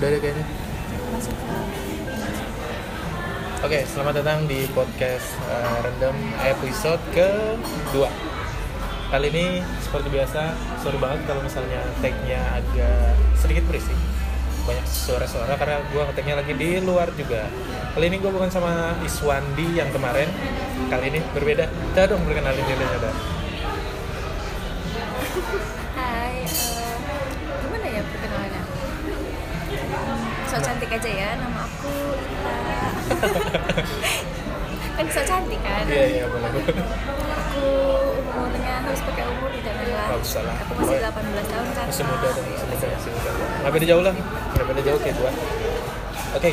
Udah deh kayaknya. Masuk. Oke, selamat datang di podcast Random episode ke-2. Kali ini seperti biasa, sorry banget kalau misalnya tag-nya agak sedikit berisik. Banyak suara-suara karena gue nge-tag-nya lagi di luar juga. Kali ini gue bukan sama Iswandi yang kemarin. Kali ini berbeda. Coba dong perkenalin dirinya dah. Hai, gimana ya perkenalannya? So cantik aja ya, nama aku Ita. Kan so cantik kan? Iya, boleh. Aku umurnya harus pakai umur, janganlah. Nggak usah lah. Aku masih 18 tahun kan? Masih muda dong, masih muda. Nggak beda jauh lah, nggak beda jauh kayak gue. Oke,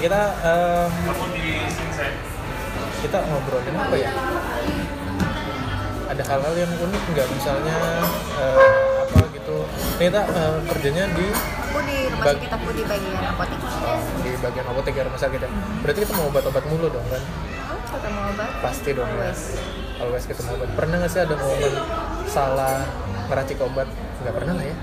kita ngobrolin apa ya? Ada hal-hal yang unik nggak? Misalnya apa gitu? Ini kita kerjanya di Aku di rumah sakit, aku di bagian apotek. Di bagian apotek ya, rumah sakit ya. Berarti kita mau obat-obat mulu dong kan? Ketemu obat? Pasti dong. Always. Always ketemu obat. Pernah nggak sih ada momen salah ngeracik obat? Nggak pernah lah ya?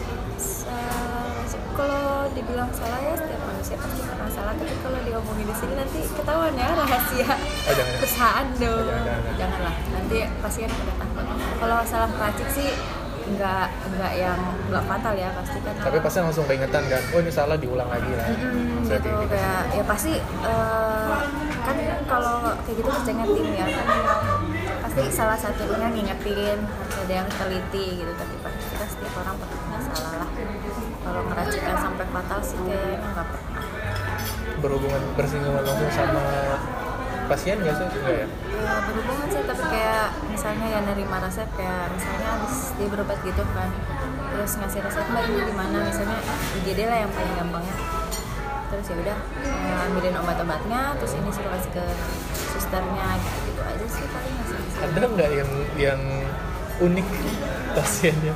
Kalau dibilang salah ya, setiap manusia pasti pernah salah. Tapi kalau diomongin di sini nanti ketahuan ya rahasia Jangan. perusahaan dong. Jangan. Janganlah, nanti pasien pada takut. Kalau salah racik sih nggak yang nggak fatal ya, pasti kan. Tapi pasti langsung keingetan kan? Oh ini salah, diulang lagi lah. Gitu kayak ya pasti kan kalau kayak gitu kerjanya tim ya kan, pasti salah satunya ngingetin, harus ada yang teliti gitu. Tapi pasti kita setiap orang pernah salah lah. Kalau ngeracikan sampai fatal sih kayaknya nggak pernah. Berhubungan bersinggungan langsung sama pasien nggak sih? Enggak ya? Ya, berhubungan sih, tapi kayak misalnya ya nerima resep, kayak misalnya habis dia berobat gitu kan, terus ngasih resep, mbak ini gimana, misalnya IGD lah yang paling gampangnya. Terus ya udah ambilin obat-obatnya, terus ini suruh kasih ke susternya, gitu aja sih paling masih bisa. Ada nggak yang unik pasiennya?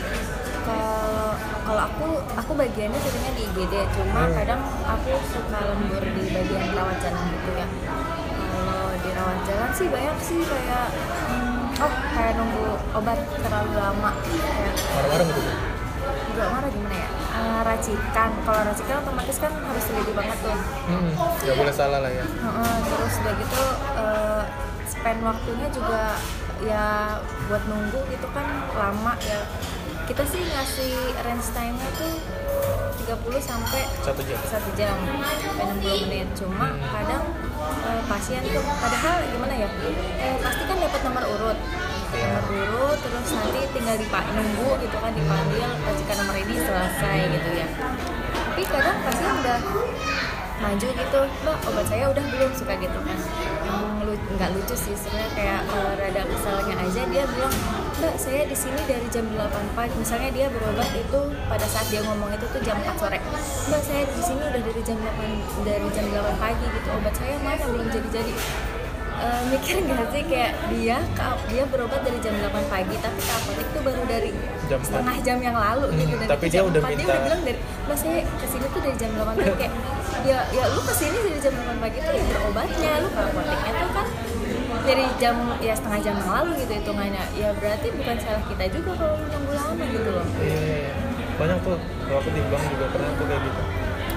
Kalau aku bagiannya sebenarnya di IGD, cuma kadang aku suka lembur di bagian rawat jalan gitu ya. Kalau di rawat jalan sih banyak sih kayak kayak nunggu obat terlalu lama, kayak Marah-marah gitu? nggak marah gimana ya, racikan. Kalau racikan otomatis kan harus teliti banget tuh. Nggak boleh salah lah ya. Terus udah gitu spend waktunya juga ya buat nunggu gitu kan lama ya. Kita sih ngasih range time-nya tuh 30 sampai 1 jam. 1 jam sampai 60 menit. Cuma kadang pasien tuh padahal gimana ya, pasti kan dapat nomor urut, terus nanti tinggal nunggu gitu kan, dipanggil racikan nomor ini selesai gitu ya. Tapi kadang pasien udah maju gitu, mbak obat saya udah belum, suka gitu kan. Nggak lucu sih sebenarnya, kayak rada keselnya aja dia bilang, mbak saya di sini dari jam 8 pagi, misalnya dia berobat itu pada saat dia ngomong itu tuh jam 4 sore, mbak saya di sini udah dari jam 8 pagi gitu, obat saya mana belum jadi. Mikir nggak sih kayak dia berobat dari jam 8 pagi tapi ke apotek itu baru dari Jam setengah jam yang lalu gitu. Dan tapi itu dia jam udah 4, minta. dia udah bilang dari, mbak saya kesini tuh dari jam 8 pagi, kayak ya lu kesini dari jam 8 pagi tuh ya berobatnya, lu ke apoteknya tuh kan dari jam ya setengah jam yang lalu gitu hitungannya. Ya berarti bukan salah kita juga kalau nunggu lama gitu loh. Iya. Banyak tuh, kalau aku di bank juga pernah tuh kayak gitu.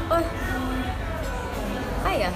Ya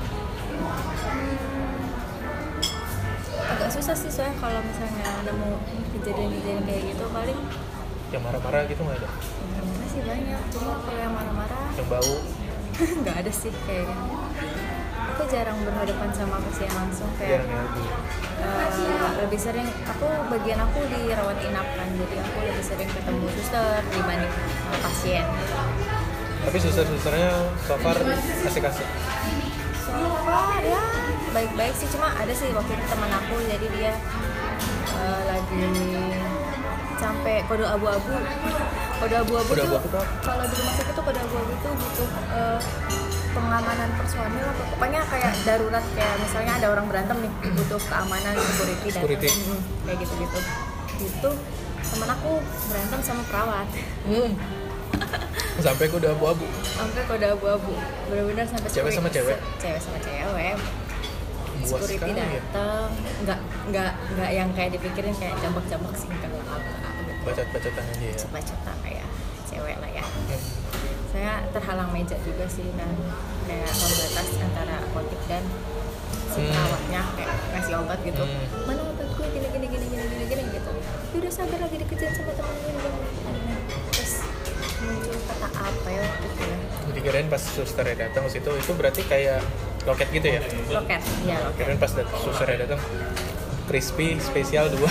agak susah sih soalnya kalau misalnya nemu kejadian kayak gitu, paling Yang marah-marah gitu nggak ada? marah sih banyak, cuma kalau yang marah-marah Yang bau? nggak ada sih kayaknya. Aku jarang berhadapan sama pasien langsung, kayak lebih sering bagian aku di rawat inap kan, jadi aku lebih sering ketemu suster dibanding pasien. Tapi suster-susternya so far asik-asik? So far ya baik-baik sih, cuma ada sih waktu itu teman aku, jadi dia lagi sampai kode abu-abu tuh. Kalau di rumah sakit tuh kode abu-abu tuh butuh pengamanan personil atau pokoknya kayak darurat, kayak misalnya ada orang berantem nih, butuh keamanan security. Kayak gitu. Itu temen aku berantem sama perawat. Sampai kode abu-abu? Sampai kode abu-abu, benar-benar sampai cewek sama cewek? Cewek sama cewek. Buas Security datang, nggak yang kayak dipikirin kayak jambak-jambak sih, enggak apa-apa gitu. Bacot-bacotan aja ya? Bacot kayak cewek lah ya. saya terhalang meja juga sih, dan kayak membatas antara apotek dan si perawatnya, kayak ngasih obat gitu, mana obat gue gini gitu, udah sabar lagi dikejar sama temen gue, terus muncul kata apa ya gitu ya. Jadi kirain pas susternya datang ke situ itu berarti kayak loket gitu ya? Loket, iya loket. Kirain pas susternya datang crispy spesial 2.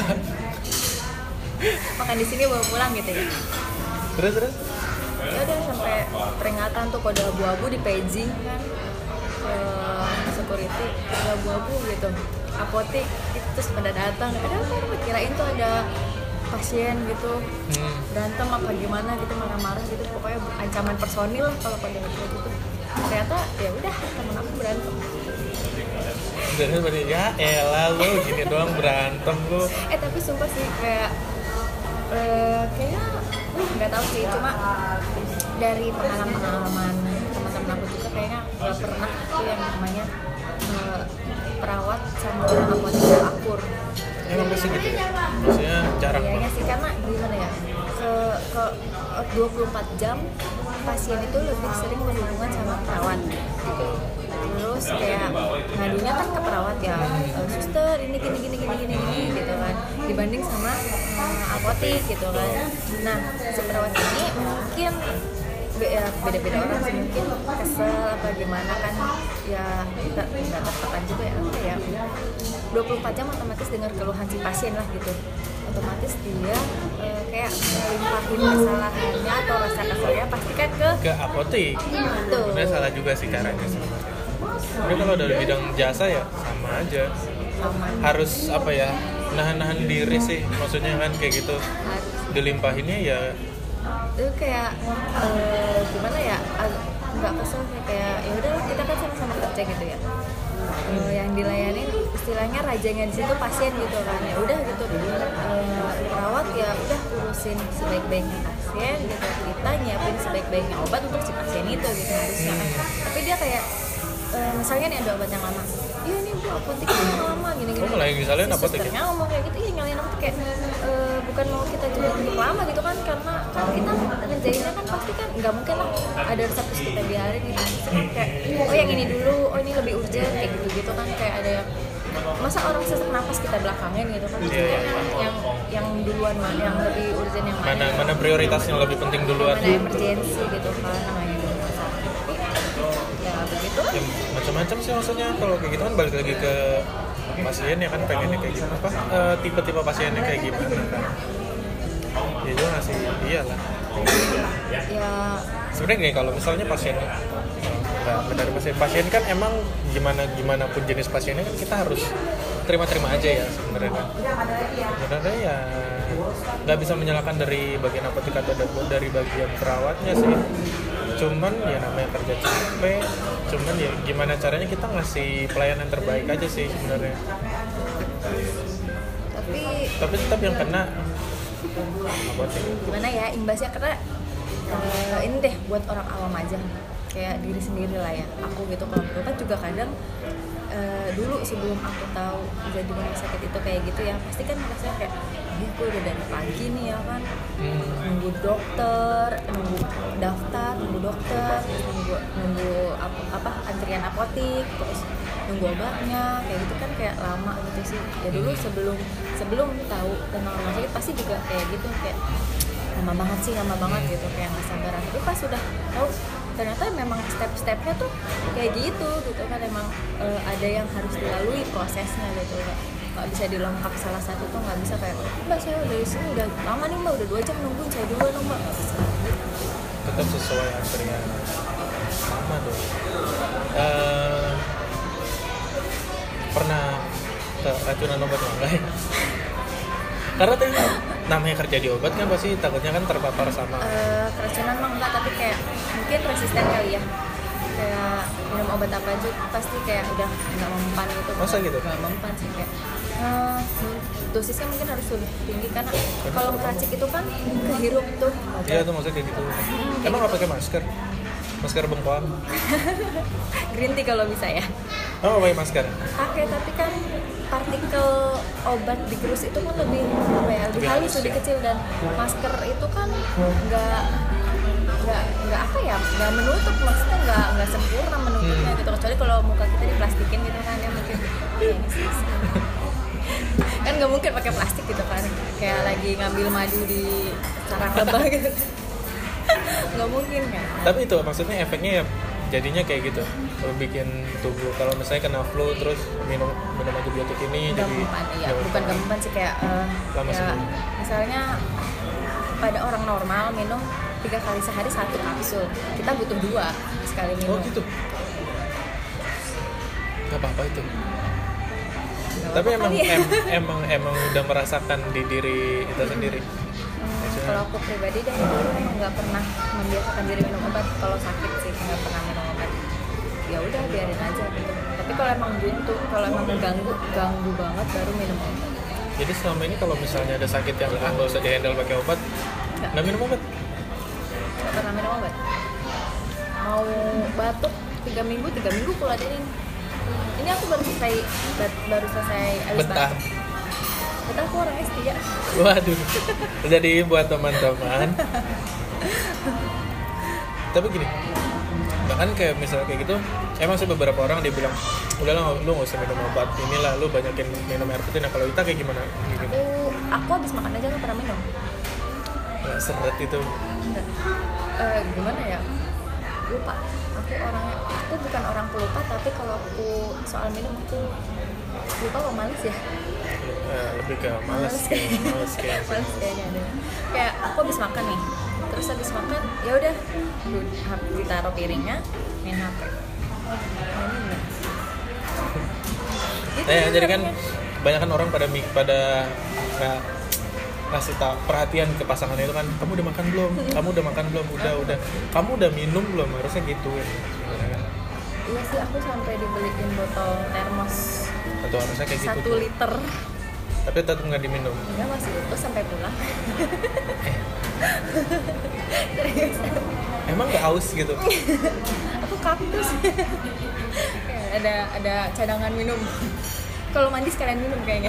Makan di sini bawa pulang gitu ya. Terus Ya udah sampai peringatan tuh kode abu-abu di paging kan ke security, kode abu-abu gitu. Apotek itu terus pada datang, ada apa? Kirain tuh ada pasien gitu berantem apa gimana gitu, marah-marah gitu, pokoknya ancaman personil lah kalau pada gitu. Ternyata ya udah temen aku berantem. dan berarti ya elah lu gini doang berantem lu. Tapi sumpah sih kayak kayaknya nggak tahu sih, cuma dari pengalaman teman-teman aku juga kayaknya nggak pernah tuh yang namanya perawat sama orang apotek akur. Emang pasti gitu ya? Maksudnya jarang Kayaknya banget. sih, karena gimana ya, ke 24 jam pasien itu lebih sering berhubungan sama perawat. Terus kayak ngadunya kan ke perawat ya, suster ini gini gitu kan, dibanding sama apotek gitu kan. Nah, si perawat ini mungkin beda-beda orang sih, mungkin kesel apa gimana kan ya, nggak tertekan juga ya, apa ya, 24 jam otomatis dengar keluhan si pasien lah gitu, otomatis dia kayak melimpahin kesalahannya atau rasa keselnya pasti kan ke apotek. itu. Sebenarnya salah juga sih caranya sebenarnya. Tapi kalau dari bidang jasa ya sama aja. Harus apa ya, nahan diri sih, maksudnya kan kayak gitu. Dilimpahinnya ya itu kayak gimana ya, nggak kesel sih, kayak ya udah kita kan sama-sama kerja gitu ya. Yang dilayanin istilahnya rajanya di situ pasien gitu kan, ya udah gitu, perawat ya udah urusin sebaik-baiknya pasien gitu, kita nyiapin sebaik-baiknya obat untuk si pasien itu gitu harusnya kan. Tapi dia kayak misalnya nih ada obat yang lama, iya nih bu apoteknya lama gini. malah yang misalnya si apotek susternya ngomong kayak gitu, ya nyalain apotek kayak bukan mau kita juga untuk lama gitu kan, karena kalau kita ngerjainnya kan pasti kan nggak mungkin lah ada resep terus kita biarin gitu. Kayak oh yang ini dulu, oh ini lebih urgent kayak gitu kan, kayak ada yang masa orang sesak napas kita belakangin gitu kan. Yang duluan mana, yang lebih urgent yang mana prioritas yang lebih penting duluan, mana emergency gitu kan namanya gitu. Tapi ya begitu lah. ya macam-macam sih maksudnya. Kalau kayak gitu kan balik lagi ke pasien ya kan, pengennya kayak gimana, apa tipe-tipe pasiennya kayak gimana kan. Ya juga nggak sih, iyalah. Ya Sebenarnya gini, kalau misalnya pasien benar pasien kan emang gimana pun jenis pasiennya kan kita harus terima aja ya sebenarnya kan. Sebenarnya ya nggak bisa menyalahkan dari bagian apotek atau dari bagian perawatnya sih. Cuman ya namanya kerja capek, cuman ya gimana caranya kita ngasih pelayanan terbaik aja sih sebenarnya. Tapi tetap yang kena apotek. gimana ya imbasnya, karena ini deh buat orang awam aja, kayak diri sendiri lah ya, aku gitu. Kalau aku kan juga kadang dulu sebelum aku tahu jadi rumah sakit itu kayak gitu ya, pasti kan rasanya kayak gue udah dari pagi nih ya kan, nunggu dokter, nunggu daftar, nunggu dokter, nunggu apa antrian apotek, terus nunggu obatnya kayak gitu kan, kayak lama gitu sih ya. Dulu sebelum tahu tentang rumah sakit pasti juga kayak gitu, kayak lama banget gitu, kayak nggak sabaran. Tapi pas sudah tahu ternyata memang step-stepnya tuh kayak gitu kan, emang ada yang harus dilalui prosesnya gitu, nggak bisa dilengkap salah satu tuh, nggak bisa kayak mbak saya dari sini udah lama nih mbak, udah 2 jam nungguin, saya duluan dong mbak. Tetap sesuai antrian sama dong. Pernah keracunan obat enggak ya? Karena tadi namanya kerja di obat kan pasti takutnya kan terpapar sama keracunan mah enggak, tapi kayak mungkin resisten kali ya, kayak minum obat apa aja pasti kayak udah nggak mempan gitu. Masa gitu? Nggak mempan sih, kayak dosisnya mungkin harus lebih tinggi, karena kalau keracik itu kan kehirup tuh. Iya tuh maksudnya kayak gitu. Emang nggak pakai masker bengkoang? Green tea kalau bisa ya. Oh, pakai masker? Pakai, tapi kan partikel obat digerus itu kan lebih apa ya, lebih halus, lebih kecil, dan masker itu kan nggak nggak apa ya, nggak menutup, maksudnya nggak sempurna menutupnya gitu, kecuali kalau muka kita diplastikin gitu kan ya mungkin ini sih kan nggak mungkin pakai plastik gitu kan, kayak lagi ngambil madu di sarang lebah gitu nggak mungkin kan. Tapi itu maksudnya efeknya ya jadinya kayak gitu, bikin tubuh kalau misalnya kena flu terus minum antibiotik ini Gampang, jadi ya bukan gampang sih, kayak lama ya, sembuh. misalnya pada orang normal minum 3 kali sehari 1 kapsul, kita butuh 2 sekali minum. Oh gitu. Gak apa-apa itu. Nggak Tapi apa-apa emang kali ya. emang udah merasakan di diri kita sendiri. Kalau aku pribadi dari dulu emang nggak pernah membiasakan diri minum obat. Kalau sakit sih nggak pernah minum obat. Ya udah biarin aja gitu. Tapi kalau emang buntu, kalau emang ganggu banget baru minum obat. Jadi selama ini kalau misalnya ada sakit yang nggak usah dihandle pakai obat, nggak minum obat. Nggak pernah minum obat. Mau batuk 3 minggu kuladenin. Ini aku baru selesai abis Betah. batuk. Betah aku orang setia. Waduh. Jadi buat teman-teman. Tapi gini, bahkan kayak misalnya kayak gitu, emang sih beberapa orang dia bilang, udahlah lu nggak usah minum obat, inilah lu banyakin minum air putih. Nah kalau Ita kayak gimana? Gitu. Aku habis makan aja nggak pernah minum. Nggak seret itu. Gimana ya, lupa. Aku bukan orang pelupa, tapi kalau aku soal minum aku lupa apa males ya. Lebih ke males kayaknya. Males kayaknya ada. Kayak aku habis makan nih, terus habis makan ya udah ditaruh piringnya, main HP. Gitu, Jadi kan banyak orang pada nggak kasih perhatian ke pasangan itu kan, kamu udah makan belum, udah kamu udah minum belum, harusnya gitu ya sebenarnya kan. Iya sih, aku sampai dibeliin botol termos Atau harusnya kayak 1 gitu tuh. liter. Tapi tetap nggak diminum. Enggak, masih utuh sampai pulang. Serius. Emang nggak haus gitu? Aku kaktus. ada cadangan minum. Kalau mandi sekalian minum kayaknya.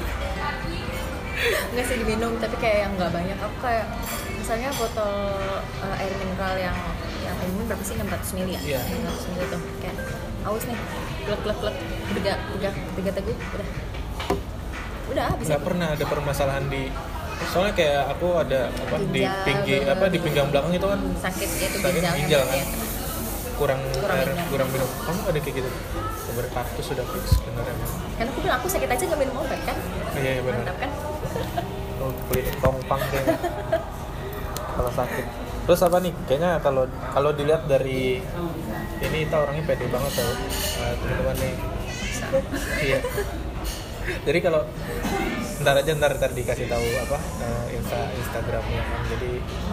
Enggak sih diminum, tapi kayak yang nggak banyak. Aku kayak misalnya botol air mineral yang umum berapa sih, 600 ml ya? Iya. 600 ml tuh kayak haus nih, glek 3 teguk udah bisa. Nggak pernah ada permasalahan soalnya kayak aku ada Ginjal, di pinggang belakang itu kan sakit ya tuh sakit ginjalnya ginjal kan, ya. kurang Minum. minum. Kamu ada kayak gitu? Kaktus sudah fix sebenarnya. Kan aku bilang aku sakit aja nggak minum obat kan. Iya benar. Mantap kan. Oh, kulit tongpang kayaknya. Kalau sakit. Terus apa nih? Kayaknya kalau dilihat dari ini kita orangnya pede banget tau, teman-teman nih. Iya. Jadi kalau ntar dikasih tahu apa Instagramnya kan. Jadi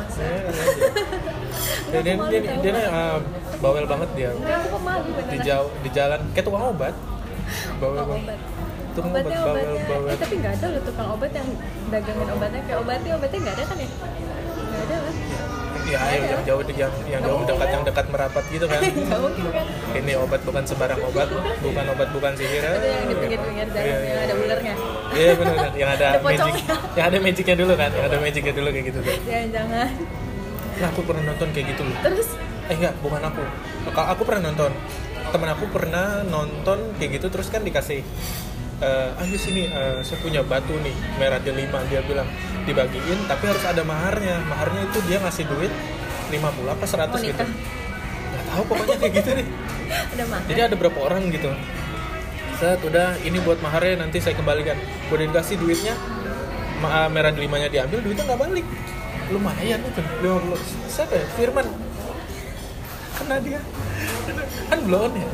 dia bawel banget dia. Aku pemalu beneran. Di jalan kayak tukang obat. Bawel banget. Tukang obat bawel. Tapi nggak ada loh tukang obat yang dagangin obatnya kayak obatnya nggak ada kan ya? Nggak ada lah. Ya ayo yang jauh yang dekat merapat gitu kan. Nggak mungkin kan? Ini obat bukan sembarang obat, bukan sihir. Ada yang di pinggir-pinggir jalan yang ada ularnya. Iya benar, yang ada Ada magic, pocongnya. yang ada magicnya dulu kan, kayak gitu tuh. Jangan. Nah aku pernah nonton kayak gitu loh. Terus Enggak, bukan aku. Aku pernah nonton. Temen aku pernah nonton kayak gitu, terus kan dikasih ayo sini, saya punya batu nih merah delima, dia bilang dibagiin tapi harus ada maharnya itu dia ngasih duit 50 apa 100 gitu, nggak tahu pokoknya kayak gitu nih. ada mahar. Jadi ada berapa orang gitu, udah ini buat maharnya nanti saya kembalikan, udah dikasih duitnya, merah delimanya diambil, duitnya nggak balik, lumayan itu 50. Siapa ya? Firman kena dia kan blow on ya.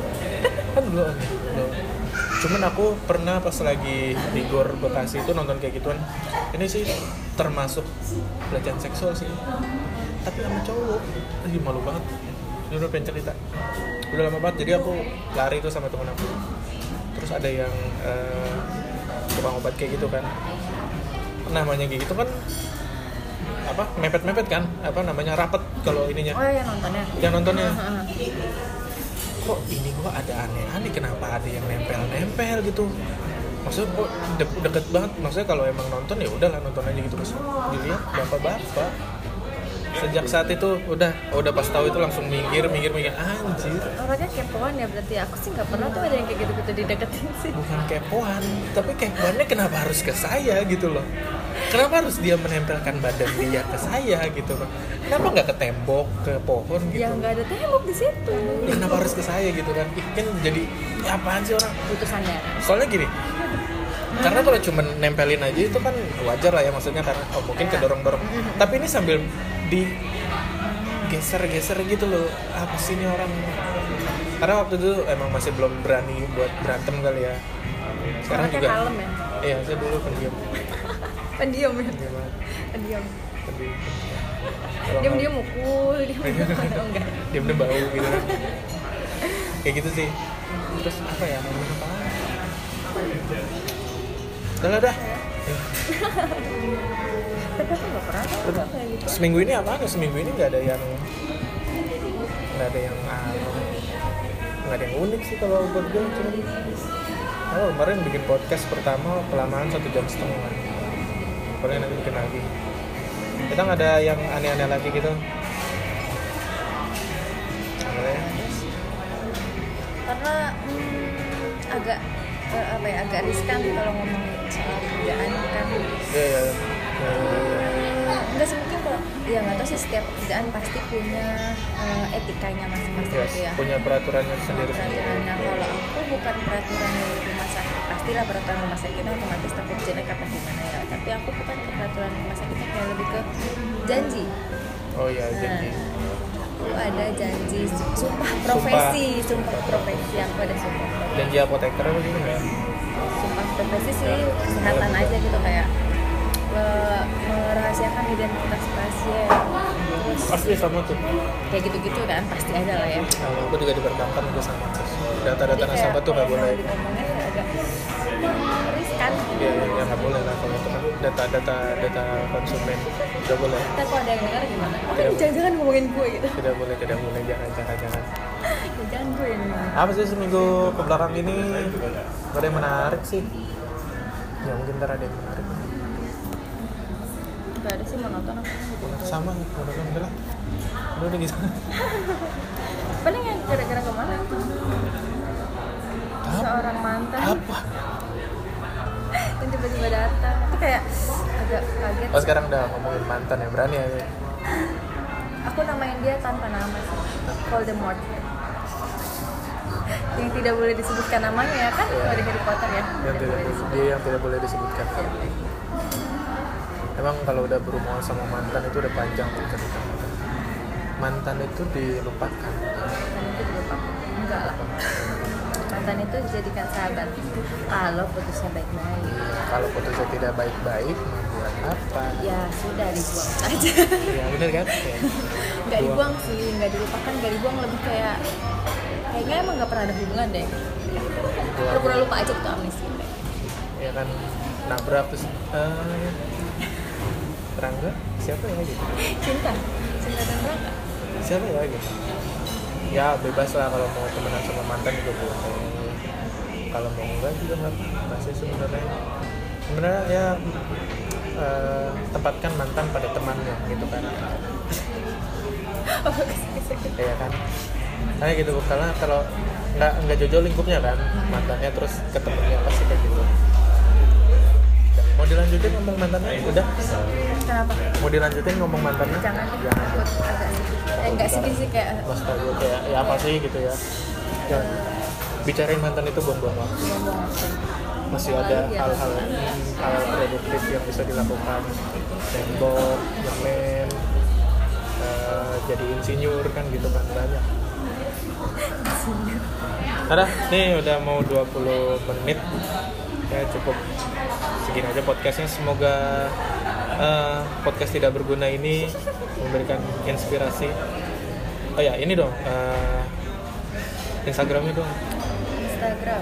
Cuman aku pernah pas lagi di Gor Bekasi itu nonton kayak gituan. Ini sih termasuk pelecehan seksual sih, tapi sama cowok. Malu banget. Ini udah pengen cerita. Udah lama banget, jadi aku lari tuh sama temen aku. Terus ada yang tukang obat kayak gitu kan. Namanya kayak gitu kan apa, mepet-mepet kan, apa namanya, rapet kalau ininya. Oh ya, yang nontonnya. Kok ini kok ada aneh-aneh, kenapa ada yang nempel gitu, maksudnya kok deket banget, maksudnya kalau emang nonton ya udahlah nonton aja gitu. Terus dilihat bapak-bapak Sejak saat itu udah pas tahu itu langsung minggir anjir. Orangnya kepoan ya berarti. Aku sih nggak pernah tuh ada yang kayak gitu dideketin sih. Bukan kepoan, tapi kepoannya kenapa harus ke saya gitu loh. Kenapa harus dia menempelkan badan dia ke saya gitu loh. Kenapa nggak ke tembok, ke pohon gitu. Ya nggak ada tembok di situ. Ya, kenapa harus ke saya gitu kan. Kan jadi ya apaan sih orang. Butuh sadar. Soalnya gini, karena kalau cuma nempelin aja itu kan wajar lah ya, maksudnya karena mungkin kedorong-dorong. Tapi ini sambil di geser-geser gitu loh. Apa sih ini orang? Karena waktu itu emang masih belum berani buat berantem kali ya. Sekarang Anaknya juga kalem ya. Iya, saya dulu pendiam. Pendiam ya. Pendiam. Diam-diam mukul, enggak. Diam-diam bau gitu kan. Kayak gitu sih. Terus apa ya? Ngomongin apa? Udah dah. Tapi aku nggak pernah tuh kayak gitu. Seminggu ini apa? Seminggu ini nggak ada yang unik sih kalau buat gue. Kemarin bikin podcast pertama kelamaan 1,5 jam. Paling nanti bikin lagi. Kita nggak ada yang aneh-aneh lagi gitu. Karena agak riskan kalau ngomong soal kerjaan kan. Iya. Enggak sih, mungkin kalau ya nggak tahu sih, setiap pekerjaan pasti punya etikanya masing-masing Yes, gitu ya. punya peraturannya sendiri. Peraturannya, kalau aku bukan peraturan dari rumah sakit, pastilah peraturan rumah sakitnya otomatis takut jelek apa gimana ya. Tapi aku bukan ke peraturan rumah sakitnya, kayak lebih ke janji. Oh iya, janji. Aku ada janji, sumpah profesi aku ada sumpah. Janji apoteker apa gitu nggak? Sumpah profesi sih kesehatan aja gitu, kayak merahasiakan identitas pasien, terus Pasti sama tuh. kayak gitu-gitu kan pasti ada lah ya. Nah, aku juga di perbankan juga sama. Data-data Jadi kayak nasabah tuh nggak boleh. ngomongnya kayak agak riskan. Iya, nggak boleh lah kalau itu kan data konsumen nggak boleh. Ntar kalau ada yang dengar gimana? Oh, jangan ngomongin gue gitu. Tidak boleh, jangan. Jangan gue ini. Apa sih seminggu kebelakang ini? Gak ada yang menarik sih. Ya mungkin ntar ada yang menarik. Gak ada sih, monoton aku. Sama, udah lah. Udah gitu. Paling yang gara-gara kemarin tuh seorang mantan Apa? yang tiba-tiba datang, itu kayak agak kaget. Oh, sekarang udah ngomongin mantan ya, berani ya. Aku namain dia tanpa nama sih, Voldemort. Yang tidak boleh disebutkan namanya ya kan, kalau di Harry Potter ya. Dia yang tidak boleh disebutkan. Emang kalau udah berhubungan sama mantan itu udah panjang tuh cerita. Mantan itu dilupakan. Mantan itu dilupakan? Enggak lah. Mantan itu dijadikan sahabat kalau putusnya baik-baik. Kalau putusnya tidak baik-baik, mau buat apa? Ya sudah, dibuang aja. Iya bener kan? Nggak dibuang sih, nggak dilupakan, nggak dibuang, lebih kayaknya emang nggak pernah ada hubungan deh. Pura-pura lupa aja gitu, amnesia. Ya kan, nabrak terus Rangga siapa ya gitu? Cinta dan Rangga. Siapa ya gitu? Ya bebas lah, kalau mau temenan sama mantan juga boleh. Kalau mau enggak juga nggak apa-apa sih sebenarnya. Sebenarnya ya tempatkan mantan pada temannya gitu kan. Iya kan? Kayak gitu, karena kalau nggak jojo lingkupnya kan mantannya terus ke temennya pasti kayak gitu. Mau dilanjutin ngomong mantannya? Udah? Kenapa? Mau dilanjutin ngomong mantannya? Jangan. Agak sedih. Enggak sedih sih, kayak Nostalgia kayak ya apa sih gitu ya. Dan bicarain mantan itu buang-buang waktu. Masih ada hal-hal produktif yang bisa dilakukan. Tembok, nyemen, jadi insinyur kan gitu kan, banyak. Ada, nih udah mau 20 menit. Ya cukup segini aja podcastnya. Semoga podcast tidak berguna ini memberikan inspirasi. Oh ya, ini dong Instagramnya dong. Instagram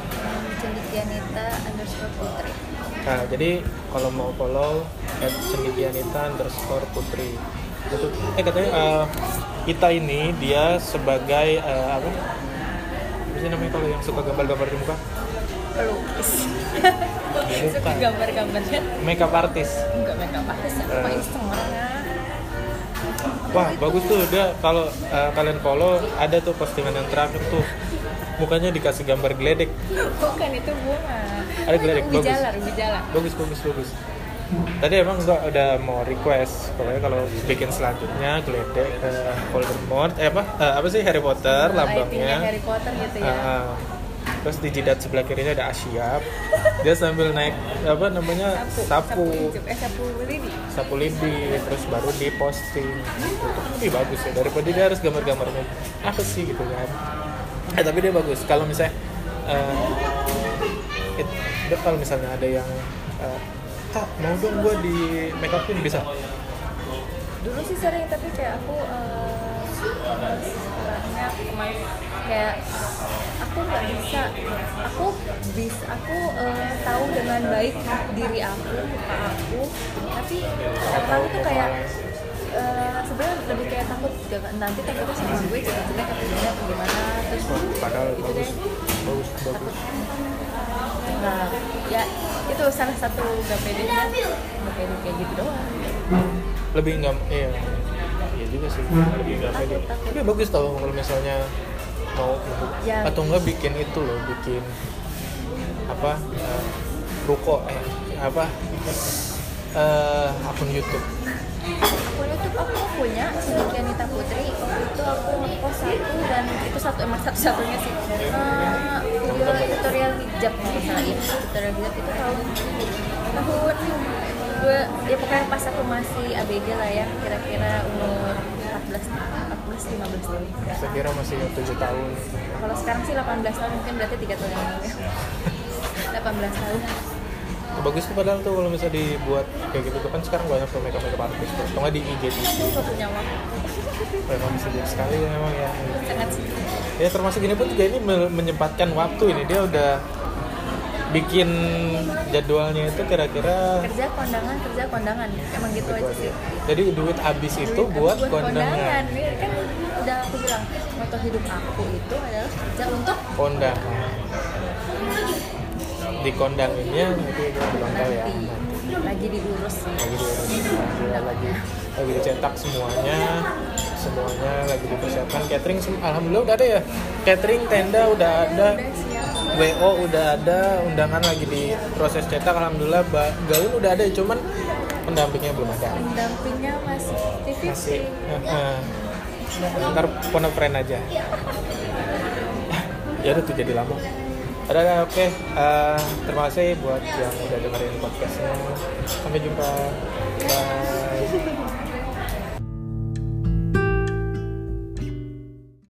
cendikianita_putri. Nah, jadi kalau mau follow @cendikianita_putri. Itu katanya Ita ini dia sebagai apa sih namanya kalau yang suka gambar-gambar di muka? Pelukis. Bukan. Suka gambar-gambarnya. Makeup artist. Enggak makeup artist, apa iseng orangnya. Wah bagus tuh dia. Kalau kalian follow ada tuh postingan yang terakhir tuh mukanya dikasih gambar geledek. Bukan, itu bunga. Ada geledek, Ruby bagus. jala, ruby jala. Bagus. Tadi emang gua udah mau request pokoknya kalau bikin selanjutnya geledek Voldemort apa sih Harry Potter IP-nya lambangnya. Harry Potter gitu ya. Terus di jidat sebelah kirinya ada Asyap. Dia sambil naik apa namanya sapu lidi terus baru diposting. Itu lebih bagus ya daripada dia harus gambar-gambarnya apa sih gitu kan. Tapi dia bagus kalau misalnya kalau misalnya ada yang Kak, mau dong gue di make upin bisa? Dulu sih sering, tapi kayak aku setelahnya kemarin kayak aku nggak bisa. Aku tahu dengan baik diri aku, muka aku, tapi orang itu kayak sebenarnya lebih kayak takut nanti takutnya sama gue jelek atau gimana terus Padahal itu bagus. Nah, ya itu salah satu gak pede kayak gitu doang. Lebih nggak iya juga sih lebih nggak pede. Tapi bagus tau kalau misalnya mau Ya. atau enggak bikin itu loh, bikin apa ruko akun YouTube. Akun YouTube aku punya Silky Anita Putri. Waktu itu aku ngepost satu dan itu satu-satunya sih. Video tutorial hijab misalnya ya. Tutorial hijab itu tahun gue ya pokoknya pas aku masih ABG lah ya, kira-kira umur 15 tahun. Saya kira masih 7 tahun. Kalau sekarang sih 18 tahun, mungkin berarti 3 tahun yang lalu ya. 18 tahun. Bagus tuh padahal tuh kalau misalnya dibuat kayak gitu kan sekarang banyak tuh makeup artist atau nggak di IGTV. Aku gak punya waktu. Memang sibuk sekali ya memang ya. Sangat sih. Ya termasuk ini pun juga ini menyempatkan waktu ini dia udah bikin jadwalnya itu kira-kira Kerja kondangan. Emang gitu aja sih. jadi duit habis itu buat kondangan. Ini kan udah aku bilang moto hidup aku itu adalah kerja untuk Kondangan di kondanginnya nanti kita belum tahu ya nanti. Lagi diurus sih. lagi dicetak semuanya lagi dipersiapkan. Catering alhamdulillah udah ada ya, catering tenda udah ada, Udah siap. WO udah ada, undangan lagi di proses cetak alhamdulillah, gaun udah ada cuman pendampingnya belum ada. Pendampingnya masih Masih TV. ntar phone a friend aja. Ya udah tuh jadi lama. Ada oke. Terima kasih buat yang udah dengerin podcastnya. Sampai jumpa. Bye.